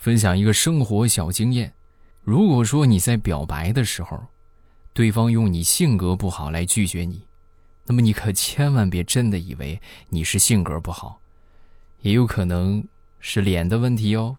分享一个生活小经验。如果说你在表白的时候，对方用你性格不好来拒绝你，那么你可千万别真的以为你是性格不好，也有可能是脸的问题哦。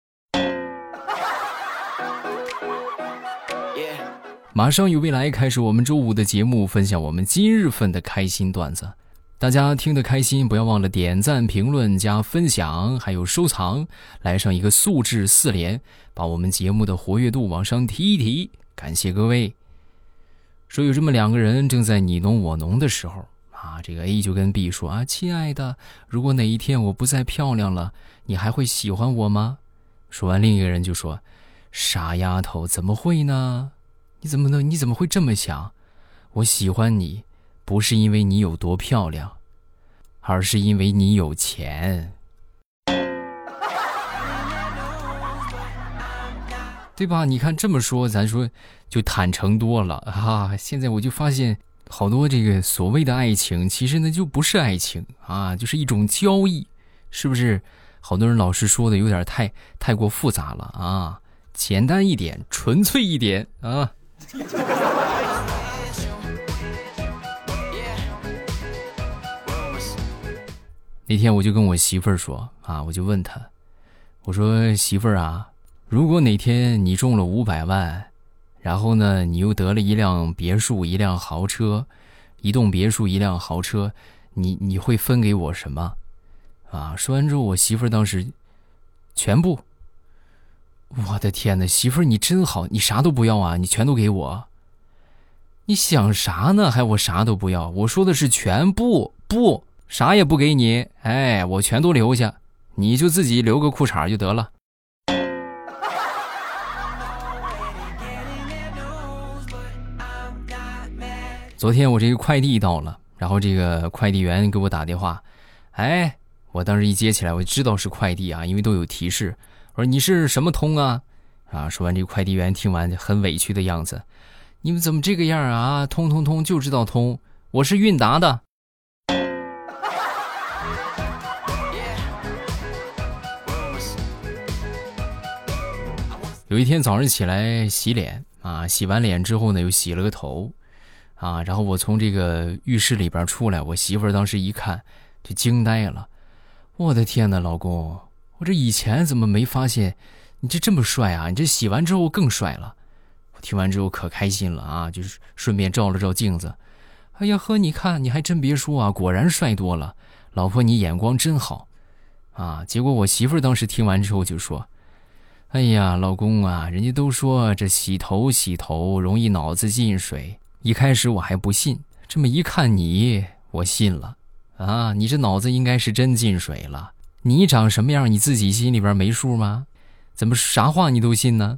马上有未来开始我们周五的节目，分享我们今日份的开心段子。大家听得开心，不要忘了点赞、评论、加分享，还有收藏，来上一个素质4连，把我们节目的活跃度往上提一提。感谢各位。说有这么2个人正在你侬我侬的时候这个 A 就跟 B 说亲爱的，如果哪一天我不再漂亮了，你还会喜欢我吗？说完，另一个人就说，傻丫头，怎么会呢？你怎么会这么想？我喜欢你不是因为你有多漂亮，而是因为你有钱。对吧？你看这么说，咱说就坦诚多了现在我就发现好多这个所谓的爱情，其实呢就不是爱情就是一种交易，是不是？好多人老是说的有点太过复杂了简单一点，纯粹一点那天我就跟我媳妇儿说我就问她，我说媳妇儿如果哪天你中了500万，然后呢你又得了一辆别墅、一辆豪车，一栋别墅、一辆豪车，你会分给我什么？说完之后，我媳妇儿当时全部。我的天哪，媳妇儿你真好，你啥都不要你全都给我。你想啥呢？还我啥都不要？我说的是全部，不，啥也不给你，我全都留下，你就自己留个裤衩就得了。昨天我这个快递到了，然后这个快递员给我打电话，我当时一接起来，我就知道是快递因为都有提示。我说你是什么通说完，这个快递员听完很委屈的样子，你们怎么这个样通就知道通，我是韵达的。有一天早上起来洗脸洗完脸之后呢，又洗了个头然后我从这个浴室里边出来，我媳妇儿当时一看就惊呆了，我的天哪，老公，我这以前怎么没发现你这么帅你这洗完之后更帅了。我听完之后可开心了就是顺便照了照镜子，哎呀呵，你看你还真别说果然帅多了，老婆你眼光真好结果我媳妇儿当时听完之后就说，哎呀老公人家都说这洗头容易脑子进水，一开始我还不信，这么一看你，我信了你这脑子应该是真进水了。你长什么样你自己心里边没数吗？怎么啥话你都信呢？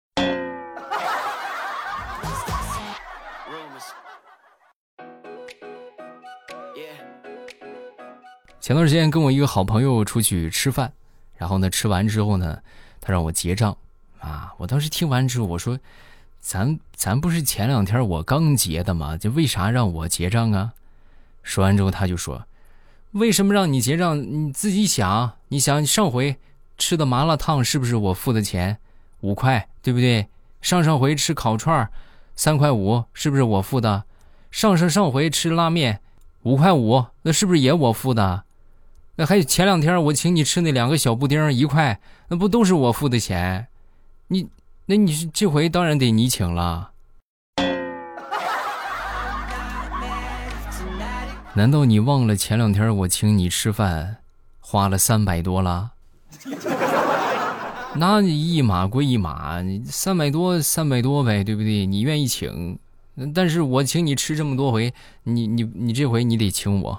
前段时间跟我一个好朋友出去吃饭，然后呢吃完之后呢，他让我结账我当时听完之后我说，咱不是前2天我刚结的吗？这为啥让我结账啊？说完之后他就说，为什么让你结账？你自己想，你想上回吃的麻辣烫是不是我付的钱？5块，对不对？上回吃烤串3块5，是不是我付的？上回吃拉面5块5，那是不是也我付的？那还有前2天我请你吃那2个小布丁1块，那不都是我付的钱？那你这回当然得你请了。难道你忘了前2天我请你吃饭花了300多了？那一码归一码，300多呗，对不对？你愿意请，但是我请你吃这么多回，你这回你得请我。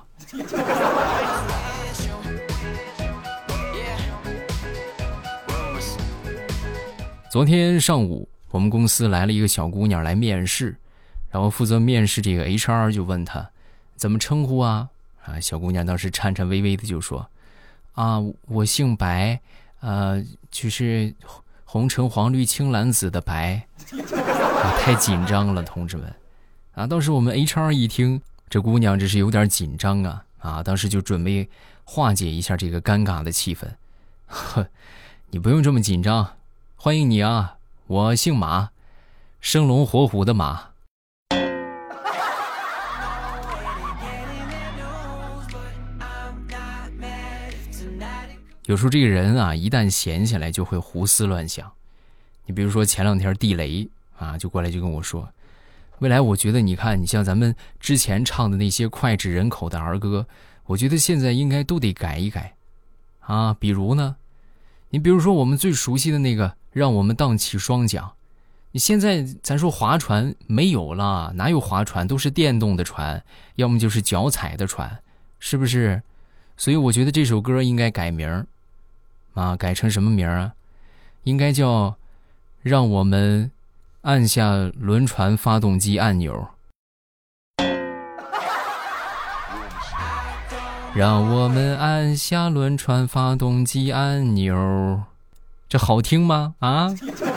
昨天上午我们公司来了一个小姑娘来面试，然后负责面试这个 HR 就问她怎么称呼小姑娘当时颤颤巍巍的就说我姓白，就是红橙黄绿青蓝紫的白。太紧张了同志们当时我们 HR 一听这姑娘这是有点紧张当时就准备化解一下这个尴尬的气氛。 你不用这么紧张，欢迎你啊，我姓马，生龙活虎的马。有时候这个人啊，一旦闲下来就会胡思乱想。你比如说前2天地雷啊，就过来就跟我说，未来我觉得你看，你像咱们之前唱的那些脍炙人口的儿歌，我觉得现在应该都得改一改啊。比如呢，你比如说我们最熟悉的那个让我们荡起双桨，你现在咱说划船没有了，哪有划船，都是电动的船，要么就是脚踩的船，是不是？所以我觉得这首歌应该改名啊，改成什么名啊？应该叫让我们按下轮船发动机按钮。让我们按下轮船发动机按钮，这好听吗？啊？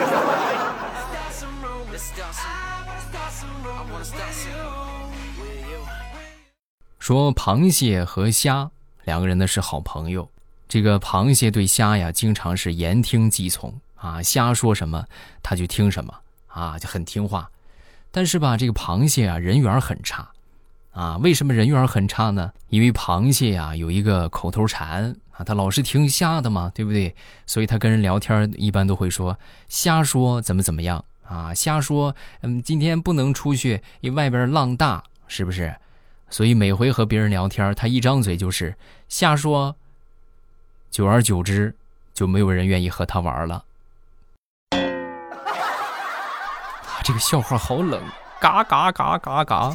说螃蟹和虾2个人呢是好朋友，这个螃蟹对虾呀经常是言听计从啊，虾说什么他就听什么啊，就很听话。但是吧，这个螃蟹啊人缘很差啊。为什么人缘很差呢？因为螃蟹啊有一个口头禅啊，他老是听虾的嘛，对不对？所以他跟人聊天一般都会说虾说怎么怎么样啊，虾说今天不能出去，因为外边浪大，是不是？所以每回和别人聊天，他一张嘴就是瞎说，久而久之就没有人愿意和他玩了。这个笑话好冷，嘎嘎嘎嘎嘎。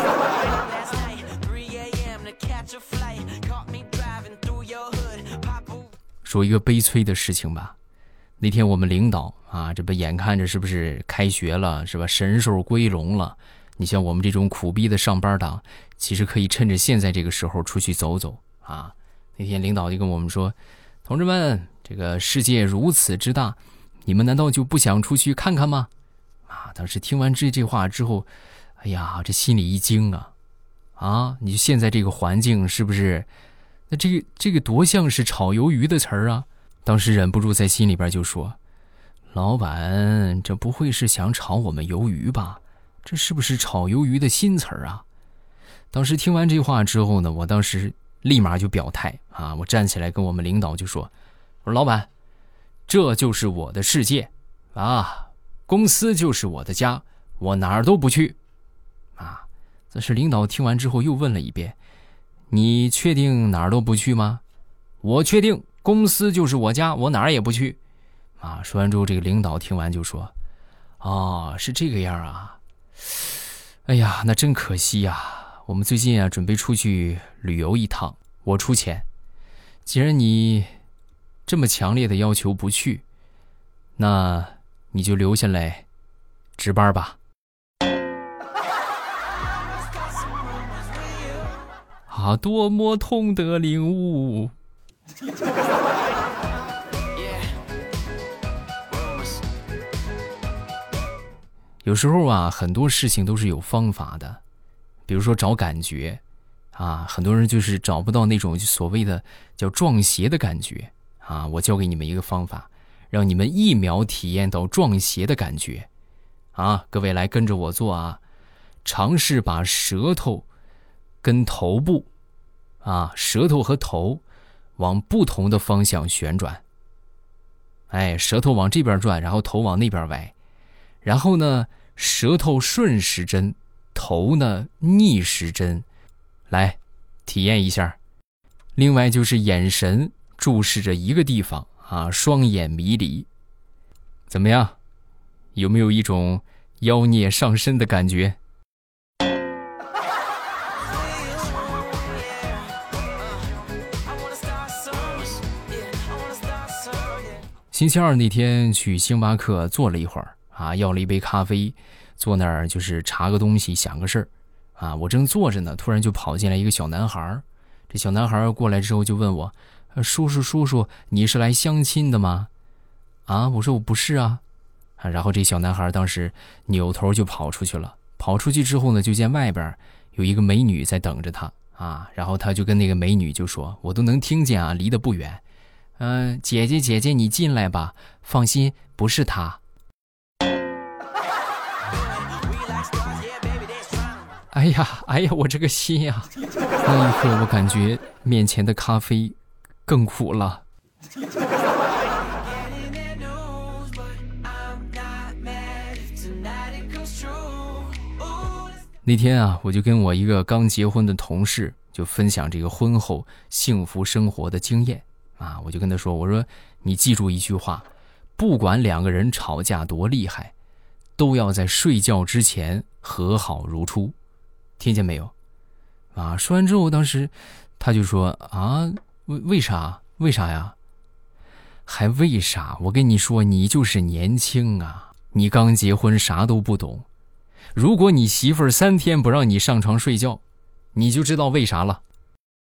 说一个悲催的事情吧，那天我们领导啊，这不眼看着是不是开学了，是吧？神兽归笼了。你像我们这种苦逼的上班党，其实可以趁着现在这个时候出去走走啊。那天领导就跟我们说，同志们，这个世界如此之大，你们难道就不想出去看看吗？啊，当时听完这句话之后，哎呀，这心里一惊啊！啊，你现在这个环境是不是？那这个多像是炒鱿鱼的词儿啊！当时忍不住在心里边就说，老板，这不会是想炒我们鱿鱼吧？这是不是炒鱿鱼的新词儿啊？当时听完这话之后呢，我当时立马就表态啊，我站起来跟我们领导就说，我说老板，这就是我的世界啊，公司就是我的家，我哪儿都不去啊。但是领导听完之后又问了一遍，你确定哪儿都不去吗？我确定，公司就是我家，我哪儿也不去啊。说完之后，这个领导听完就说，哦，是这个样啊。哎呀，那真可惜呀！我们最近啊准备出去旅游一趟，我出钱。既然你这么强烈的要求不去，那你就留下来值班吧。啊，多么痛的领悟！有时候啊，很多事情都是有方法的，比如说找感觉啊，很多人就是找不到那种所谓的叫撞邪的感觉啊。我教给你们一个方法，让你们1秒体验到撞邪的感觉啊！各位来跟着我做啊，尝试把舌头跟头部啊，舌头和头往不同的方向旋转。哎，舌头往这边转，然后头往那边歪。然后呢，舌头顺时针，头呢逆时针，来体验一下。另外就是眼神注视着一个地方啊，双眼迷离。怎么样？有没有一种妖孽上身的感觉？星期二那天去星巴克坐了一会儿啊，要了一杯咖啡，坐那儿就是查个东西，想个事儿啊。我正坐着呢，突然就跑进来一个小男孩。这小男孩过来之后就问我，叔叔，你是来相亲的吗？啊，我说我不是啊。然后这小男孩当时扭头就跑出去了。跑出去之后呢，就见外边有一个美女在等着他啊。然后他就跟那个美女就说，我都能听见啊，离得不远。 姐姐你进来吧，放心，不是他。哎呀，我这个心呀！那一刻我感觉面前的咖啡更苦了。那天啊，我就跟我一个刚结婚的同事就分享这个婚后幸福生活的经验啊，我就跟他说，我说你记住一句话，不管两个人吵架多厉害，都要在睡觉之前和好如初，听见没有？啊，说完之后，当时他就说啊，为啥呀？还为啥？我跟你说，你就是年轻啊，你刚结婚啥都不懂。如果你媳妇儿3天不让你上床睡觉，你就知道为啥了。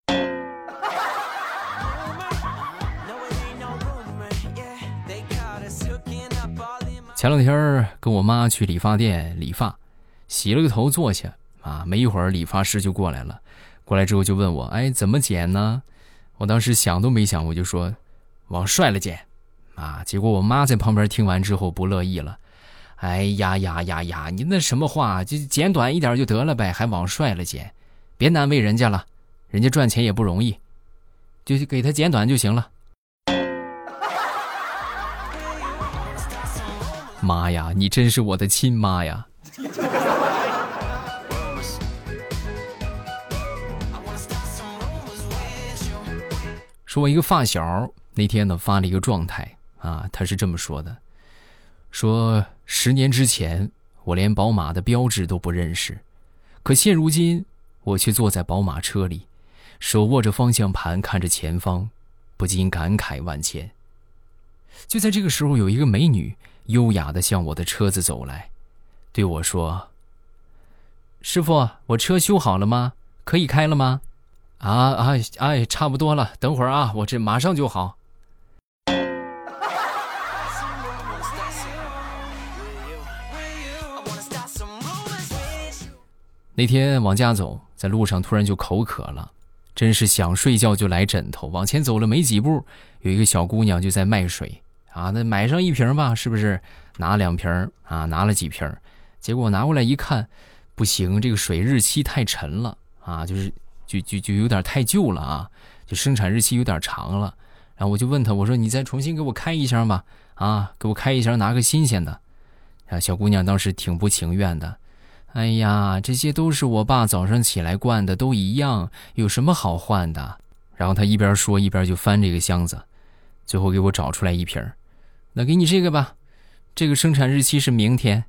前两天跟我妈去理发店理发，洗了个头坐下啊，没一会儿理发师就过来了，过来之后就问我，哎，怎么剪呢？我当时想都没想，我就说往帅了剪啊。结果我妈在旁边听完之后不乐意了，哎呀，你那什么话，就剪短一点就得了呗，还往帅了剪，别难为人家了，人家赚钱也不容易，就给他剪短就行了。妈呀，你真是我的亲妈呀！说我一个发小那天呢发了一个状态啊，他是这么说的，说10年之前我连宝马的标志都不认识，可现如今我却坐在宝马车里，手握着方向盘看着前方，不禁感慨万千。就在这个时候，有一个美女优雅地向我的车子走来，对我说，师傅，我车修好了吗？可以开了吗？差不多了，等会儿啊，我这马上就好。那天往家走，在路上突然就口渴了，真是想睡觉就来枕头。往前走了没几步，有一个小姑娘就在卖水啊，那买上1瓶吧，是不是？拿2瓶啊，拿了几瓶，结果拿过来一看，不行，这个水日期太沉了啊，就有点太旧了啊，就生产日期有点长了。然后我就问她，我说你再重新给我开一箱吧，啊，给我开一箱，拿个新鲜的。啊，小姑娘当时挺不情愿的，哎呀，这些都是我爸早上起来灌的，都一样，有什么好换的？然后她一边说一边就翻这个箱子，最后给我找出来1瓶。那给你这个吧，这个生产日期是明天。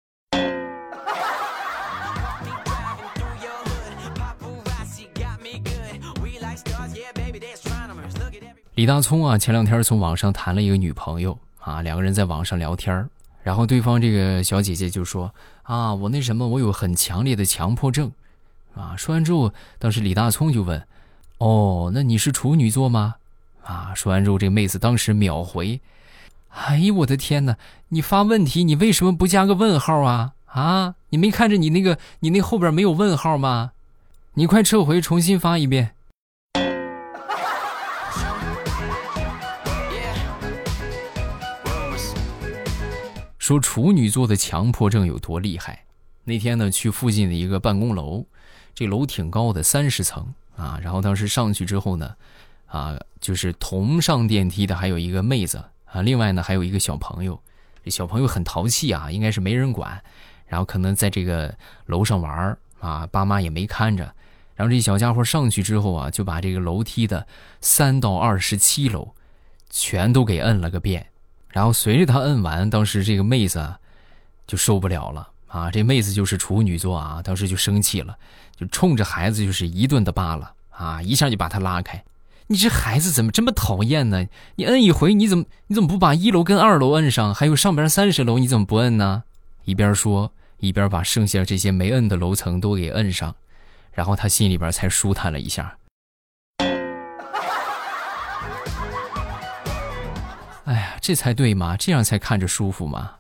李大聪啊，前2天从网上谈了一个女朋友啊，两个人在网上聊天，然后对方这个小姐姐就说啊，我有很强烈的强迫症啊。说完之后，当时李大聪就问，哦，那你是处女座吗？啊，说完之后，这妹子当时秒回，哎呦我的天哪，你发问题你为什么不加个问号啊？啊，你没看着你那后边没有问号吗？你快撤回，重新发一遍。说处女座的强迫症有多厉害。那天呢，去附近的一个办公楼，这楼挺高的，30层啊。然后当时上去之后呢，啊，就是同上电梯的还有一个妹子啊，另外呢还有一个小朋友。这小朋友很淘气啊，应该是没人管，然后可能在这个楼上玩啊，爸妈也没看着。然后这小家伙上去之后啊，就把这个楼梯的3到27楼全都给摁了个遍。然后随着他摁完，当时这个妹子啊就受不了了啊，这妹子就是处女座啊，当时就生气了，就冲着孩子就是一顿的扒拉啊，一下就把他拉开。你这孩子怎么这么讨厌呢？你摁一回，你怎么不把1楼跟2楼摁上？还有上边30楼你怎么不摁呢？一边说一边把剩下这些没摁的楼层都给摁上，然后他心里边才舒坦了一下。哎呀，这才对嘛，这样才看着舒服嘛。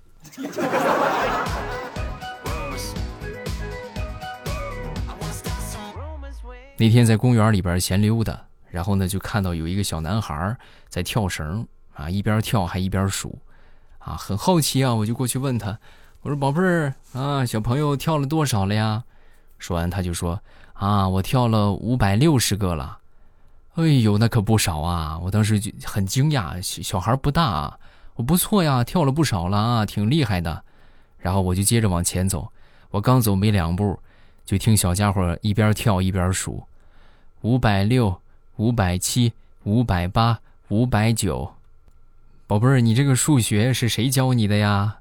那天在公园里边闲溜达， 然后呢就看到有一个小男孩在跳绳啊，一边跳还一边数啊，很好奇啊，我就过去问他，我说宝贝儿啊，小朋友跳了多少了呀？说完他就说啊，我跳了560个了。哎呦，那可不少啊！我当时就很惊讶，小孩不大啊，我不错呀，跳了不少了啊，挺厉害的。然后我就接着往前走，我刚走没2步，就听小家伙一边跳一边数，560、570、580、590。宝贝儿，你这个数学是谁教你的呀？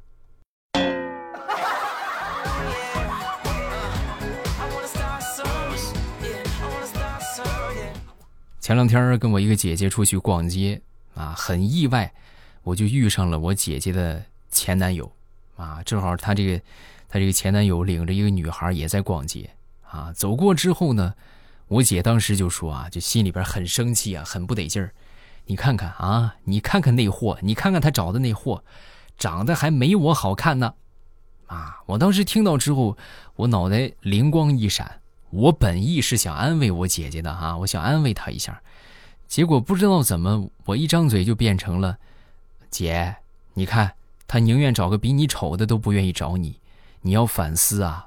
前2天跟我一个姐姐出去逛街啊，很意外，我就遇上了我姐姐的前男友啊，正好她这个前男友领着一个女孩也在逛街啊，走过之后呢，我姐当时就说啊，就心里边很生气啊，很不得劲儿。你看看啊，你看看那货，你看看他找的那货，长得还没我好看呢。啊，我当时听到之后，我脑袋灵光一闪，我本意是想安慰我姐姐的啊，我想安慰她一下，结果不知道怎么，我一张嘴就变成了，姐，你看他宁愿找个比你丑的都不愿意找你，你要反思啊。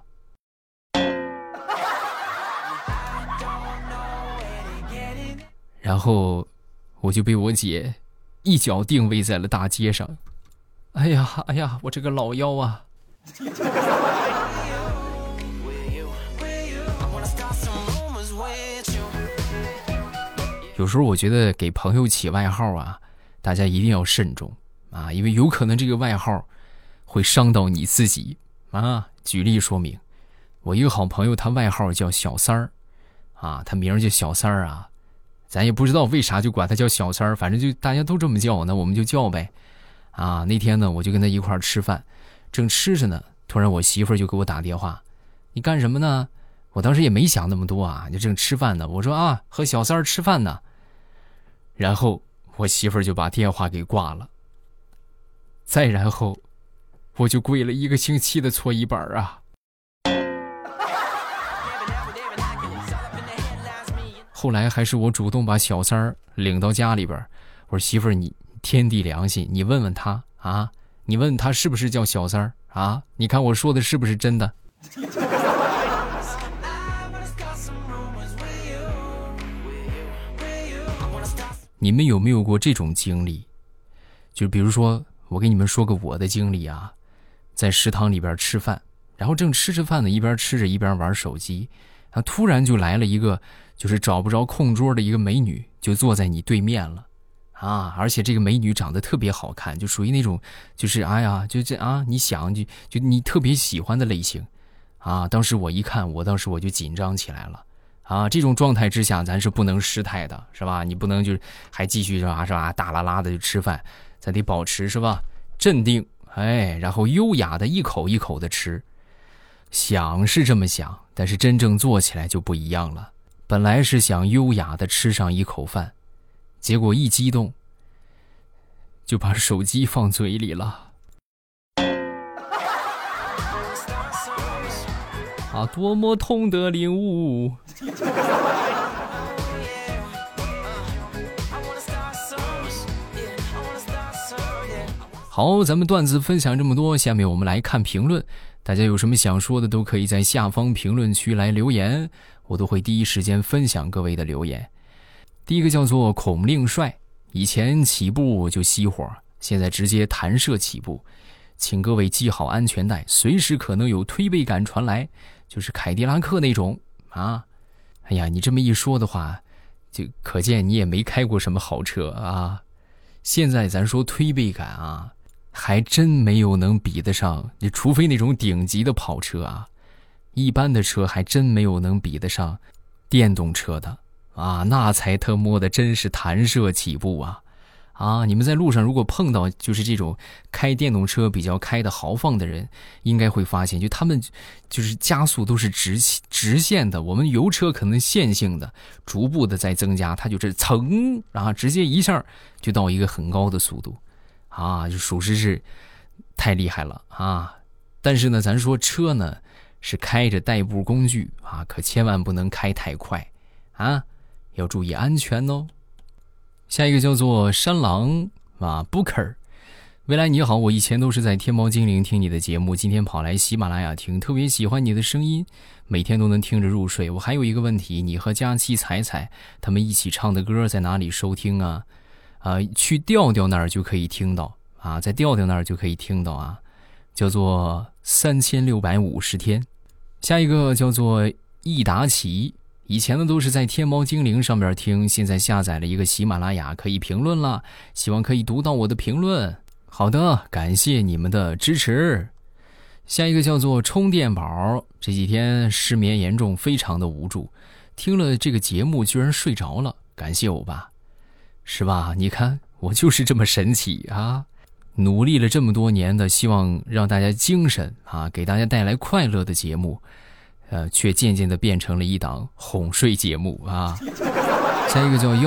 然后我就被我姐一脚定位在了大街上。哎呀，我这个老腰啊！有时候我觉得给朋友起外号啊，大家一定要慎重啊，因为有可能这个外号会伤到你自己啊。举例说明，我一个好朋友，他外号叫小三儿啊，他名叫小三儿啊，咱也不知道为啥就管他叫小三儿，反正就大家都这么叫，那我们就叫呗。啊，那天呢，我就跟他一块儿吃饭，正吃着呢，突然我媳妇儿就给我打电话，你干什么呢？我当时也没想那么多啊，就正吃饭呢。我说啊，和小三儿吃饭呢。然后我媳妇儿就把电话给挂了。再然后，我就跪了1个星期的搓衣板啊。后来还是我主动把小三儿领到家里边，我说媳妇儿，你天地良心，你问问他啊，你问问他是不是叫小三儿啊？你看我说的是不是真的？你们有没有过这种经历？就比如说，我给你们说个我的经历啊，在食堂里边吃饭，然后正吃着饭呢，一边吃着一边玩手机，然后突然就来了一个就是找不着空桌的一个美女，就坐在你对面了啊！而且这个美女长得特别好看，就属于那种就是哎呀，就这啊，你想就你特别喜欢的类型啊！当时我一看，我就紧张起来了。啊，这种状态之下，咱是不能失态的，是吧？你不能就是还继续是吧，大啦啦的就吃饭，咱得保持是吧，镇定，哎，然后优雅的一口一口的吃。想是这么想，但是真正做起来就不一样了。本来是想优雅的吃上一口饭，结果一激动，就把手机放嘴里了。啊，多么痛的领悟！好，咱们段子分享这么多，下面我们来看评论。大家有什么想说的，都可以在下方评论区来留言，我都会第一时间分享各位的留言。第一个叫做孔令帅，以前起步就熄火，现在直接弹射起步，请各位系好安全带，随时可能有推背感传来，就是凯迪拉克那种啊。哎呀，你这么一说的话，就可见你也没开过什么好车啊。现在咱说推背感啊，还真没有能比得上，你除非那种顶级的跑车啊，一般的车还真没有能比得上电动车的啊，那才他妈的真是弹射起步啊！啊，你们在路上如果碰到就是这种开电动车比较开的豪放的人，应该会发现，就他们就是加速都是直线的，我们油车可能线性的，逐步的在增加，它就是噌，然后直接一下就到一个很高的速度，啊，就属实是太厉害了啊！但是呢，咱说车呢是开着代步工具啊，可千万不能开太快啊！ 要注意安全哦。下一个叫做山狼Booker， 未来你好，我以前都是在天猫精灵听你的节目，今天跑来喜马拉雅听，特别喜欢你的声音，每天都能听着入睡。我还有一个问题，你和佳期彩彩他们一起唱的歌在哪里收听啊？去调调那儿就可以听到啊，在调调那儿就可以听到啊，叫做3650天。下一个叫做易达奇，以前的都是在天猫精灵上面听，现在下载了一个喜马拉雅，可以评论了，希望可以读到我的评论。好的，感谢你们的支持。下一个叫做充电宝，这几天失眠严重，非常的无助，听了这个节目居然睡着了，感谢欧巴。是吧？你看我就是这么神奇啊！努力了这么多年的，希望让大家精神啊，给大家带来快乐的节目，却渐渐的变成了一档哄睡节目啊。下一个叫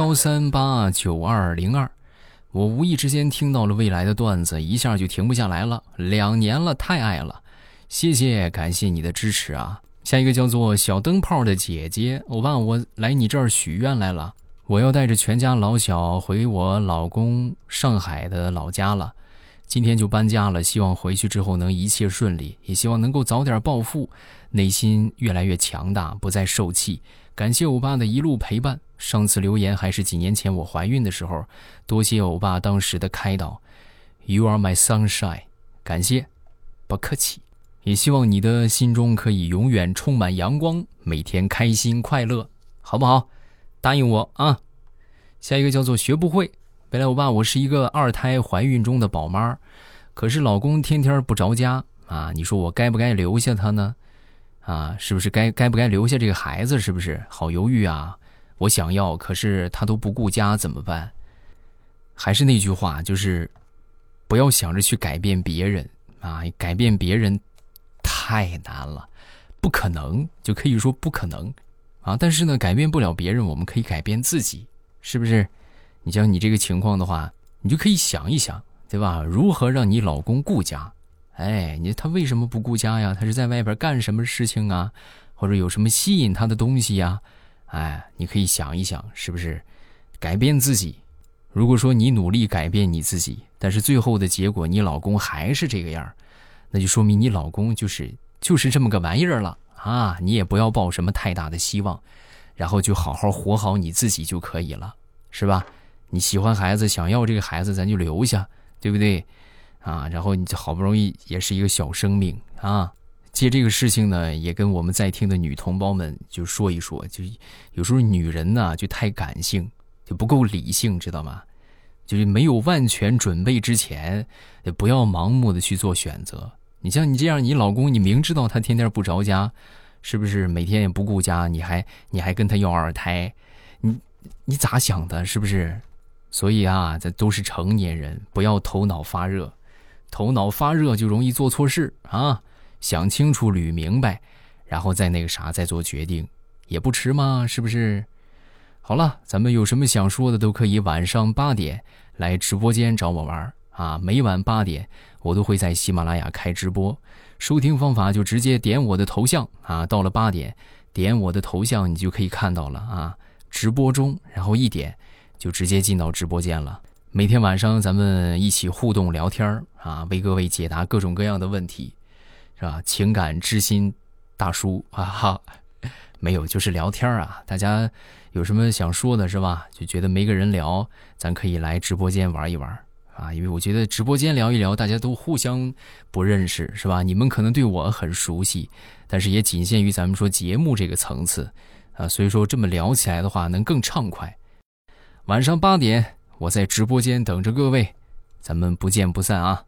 1389202，我无意之间听到了未来的段子，一下就停不下来了，2年了，太爱了，谢谢，感谢你的支持啊。下一个叫做小灯泡的姐姐，欧巴，我来你这儿许愿来了。我要带着全家老小回我老公上海的老家了，今天就搬家了，希望回去之后能一切顺利，也希望能够早点暴富，内心越来越强大，不再受气。感谢欧巴的一路陪伴，上次留言还是几年前我怀孕的时候，多谢欧巴当时的开导。 You are my sunshine， 感谢，不客气。也希望你的心中可以永远充满阳光，每天开心快乐，好不好？答应我啊！下一个叫做学不会，未来欧巴，我是一个2胎怀孕中的宝妈，可是老公天天不着家啊，你说我该不该留下他呢？啊，是不是该不该留下这个孩子？是不是好犹豫啊？我想要，可是他都不顾家，怎么办？还是那句话，就是不要想着去改变别人啊，改变别人太难了，不可能，就可以说不可能。但是呢，改变不了别人，我们可以改变自己，是不是？你像你这个情况的话，你就可以想一想，对吧？如何让你老公顾家？他为什么不顾家呀？他是在外边干什么事情啊？或者有什么吸引他的东西呀？你可以想一想，是不是？改变自己。如果说你努力改变你自己，但是最后的结果你老公还是这个样，那就说明你老公就是这么个玩意儿了。你也不要抱什么太大的希望，然后就好好活好你自己就可以了，是吧？你喜欢孩子，想要这个孩子，咱就留下，对不对？然后你好不容易也是一个小生命啊。借这个事情呢，也跟我们在听的女同胞们就说一说，就有时候女人呢就太感性，就不够理性，知道吗？就是没有万全准备之前，也不要盲目的去做选择。你像你这样，你老公你明知道他天天不着家，是不是每天也不顾家，你还跟他要2胎，你咋想的，是不是？所以这都是成年人，不要头脑发热，头脑发热就容易做错事啊！想清楚捋明白，然后再再做决定，也不迟嘛，是不是？好了，咱们有什么想说的都可以晚上8点来直播间找我玩每晚8点我都会在喜马拉雅开直播，收听方法就直接点我的头像到了8点点我的头像你就可以看到了直播中，然后1点就直接进到直播间了。每天晚上咱们一起互动聊天为各位解答各种各样的问题，是吧？情感知心大叔没有，就是聊天大家有什么想说的，是吧？就觉得没个人聊，咱可以来直播间玩一玩因为我觉得直播间聊一聊，大家都互相不认识，是吧？你们可能对我很熟悉，但是也仅限于咱们说节目这个层次所以说这么聊起来的话能更畅快。晚上8点我在直播间等着各位，咱们不见不散啊！